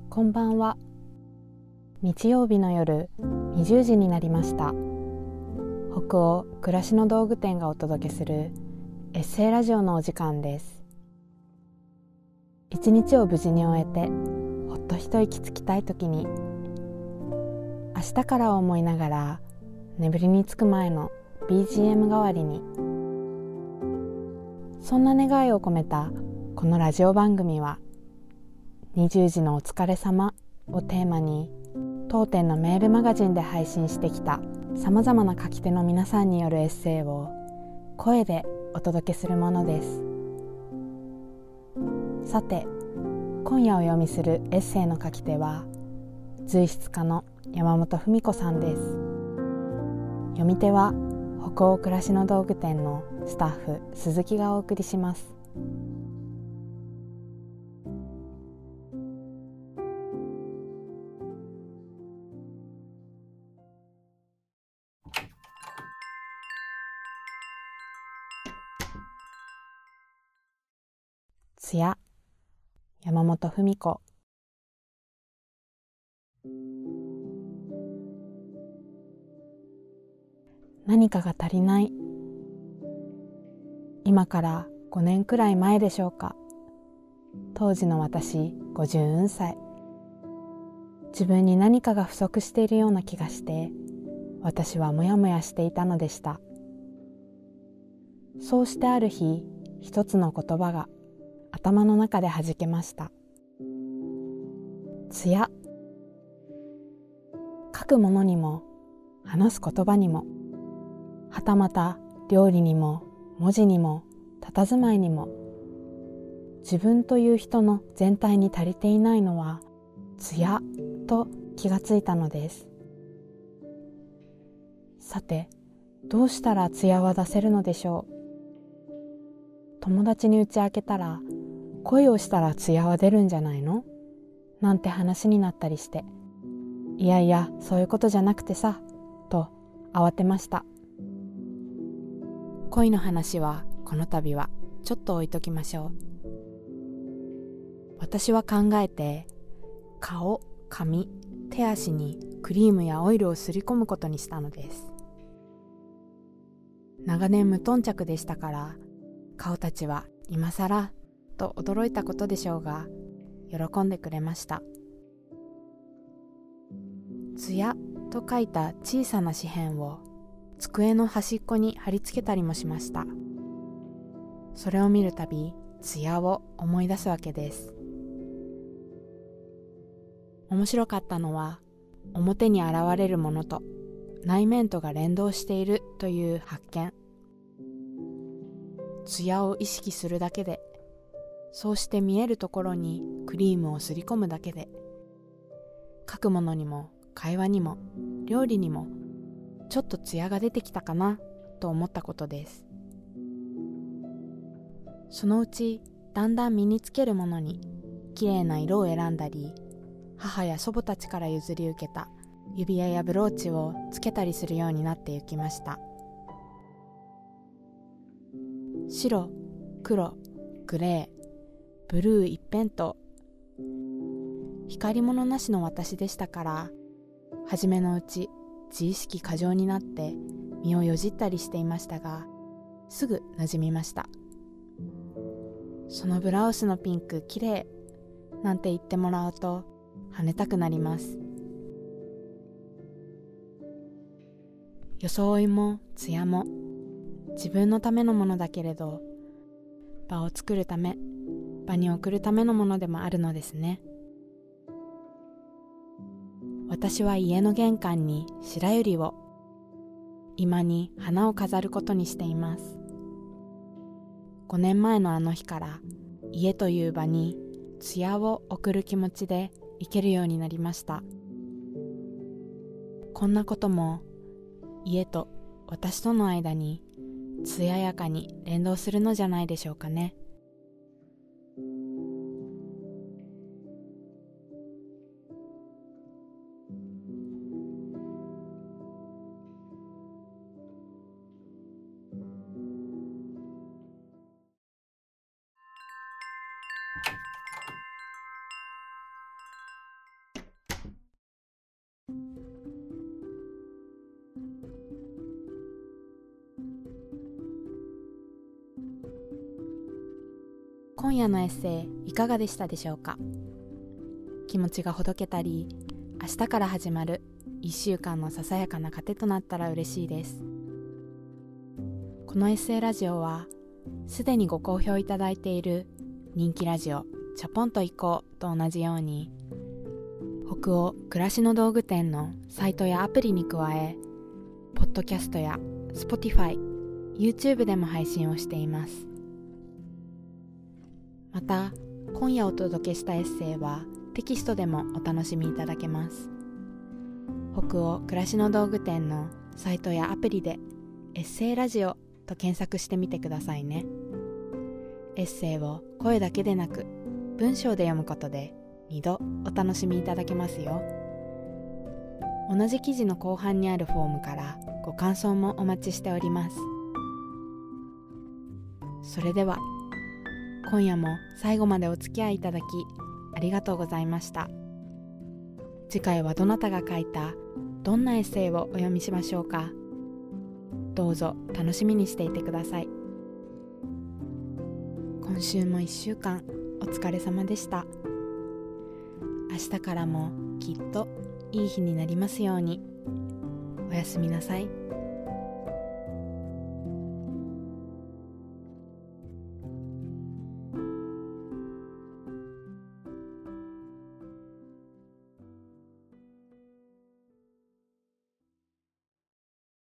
こんばんは。日曜日の夜20時になりました。北欧暮らしの道具店がお届けするエッセイラジオのお時間です。一日を無事に終えてほっと一息つきたいときに、明日からを思いながら眠りにつく前の BGM 代わりに、そんな願いを込めたこのラジオ番組は、20時のお疲れ様をテーマに、当店のメールマガジンで配信してきたさまざまな書き手の皆さんによるエッセイを声でお届けするものです。さて、今夜お読みするエッセイの書き手は随筆家の山本文子さんです。読み手は北欧暮らしの道具店のスタッフ鈴木がお送りします。つや、山本文子。何かが足りない。今から5年くらい前でしょうか。当時の私54歳。自分に何かが不足しているような気がして、私はもやもやしていたのでした。そうしてある日、一つの言葉が頭の中で弾けました。つや。書くものにも、話す言葉にも、はたまた料理にも文字にも佇まいにも、自分という人の全体に足りていないのはつやと気がついたのです。さて、どうしたらつやは出せるのでしょう。友達に打ち明けたら、恋をしたらつやは出るんじゃないのなんて話になったりして、いやいやそういうことじゃなくてさと慌てました。恋の話はこの度はちょっと置いときましょう。私は考えて、顔、髪、手足にクリームやオイルをすり込むことにしたのです。長年無頓着でしたから、顔たちは今更と驚いたことでしょうが、喜んでくれました。つやと書いた小さな紙片を机の端っこに貼り付けたりもしました。それを見るたび、つやを思い出すわけです。面白かったのは、表に現れるものと内面とが連動しているという発見。つやを意識するだけで、そうして見えるところにクリームをすり込むだけで、書くものにも会話にも料理にもちょっとつやが出てきたかなと思ったことです。そのうちだんだん身につけるものにきれいな色を選んだり、母や祖母たちから譲り受けた指輪やブローチをつけたりするようになってゆきました。白、黒、グレー、ブルー一辺倒、光り物なしの私でしたから、初めのうち自意識過剰になって身をよじったりしていましたが、すぐ馴染みました。そのブラウスのピンクきれいなんて言ってもらうと跳ねたくなります。装いもつやも自分のためのものだけれど、場を作るため、場に送るためのものでもあるのですね。私は家の玄関に白百合を、居間に花を飾ることにしています。5年前のあの日から、家という場につやを送る気持ちで生きるようになりました。こんなことも家と私との間に艶やかに連動するのじゃないでしょうかね。 今夜のエッセイいかがでしたでしょうか。気持ちがほどけたり、明日から始まる1週間のささやかな糧となったら嬉しいです。このエッセイラジオはすでにご好評いただいている人気ラジオチャポンと行こうと同じように、北欧暮らしの道具店のサイトやアプリに加え、ポッドキャストや Spotify、YouTube でも配信をしています。また、今夜お届けしたエッセイはテキストでもお楽しみいただけます。北欧暮らしの道具店のサイトやアプリでエッセイラジオと検索してみてくださいね。エッセイを声だけでなく文章で読むことで2度お楽しみいただけますよ。同じ記事の後半にあるフォームからご感想もお待ちしております。それでは今夜も最後までお付き合いいただきありがとうございました。次回はどなたが書いたどんなエッセイをお読みしましょうか。どうぞ楽しみにしていてください。今週も1週間お疲れ様でした。明日からもきっといい日になりますように。おやすみなさい。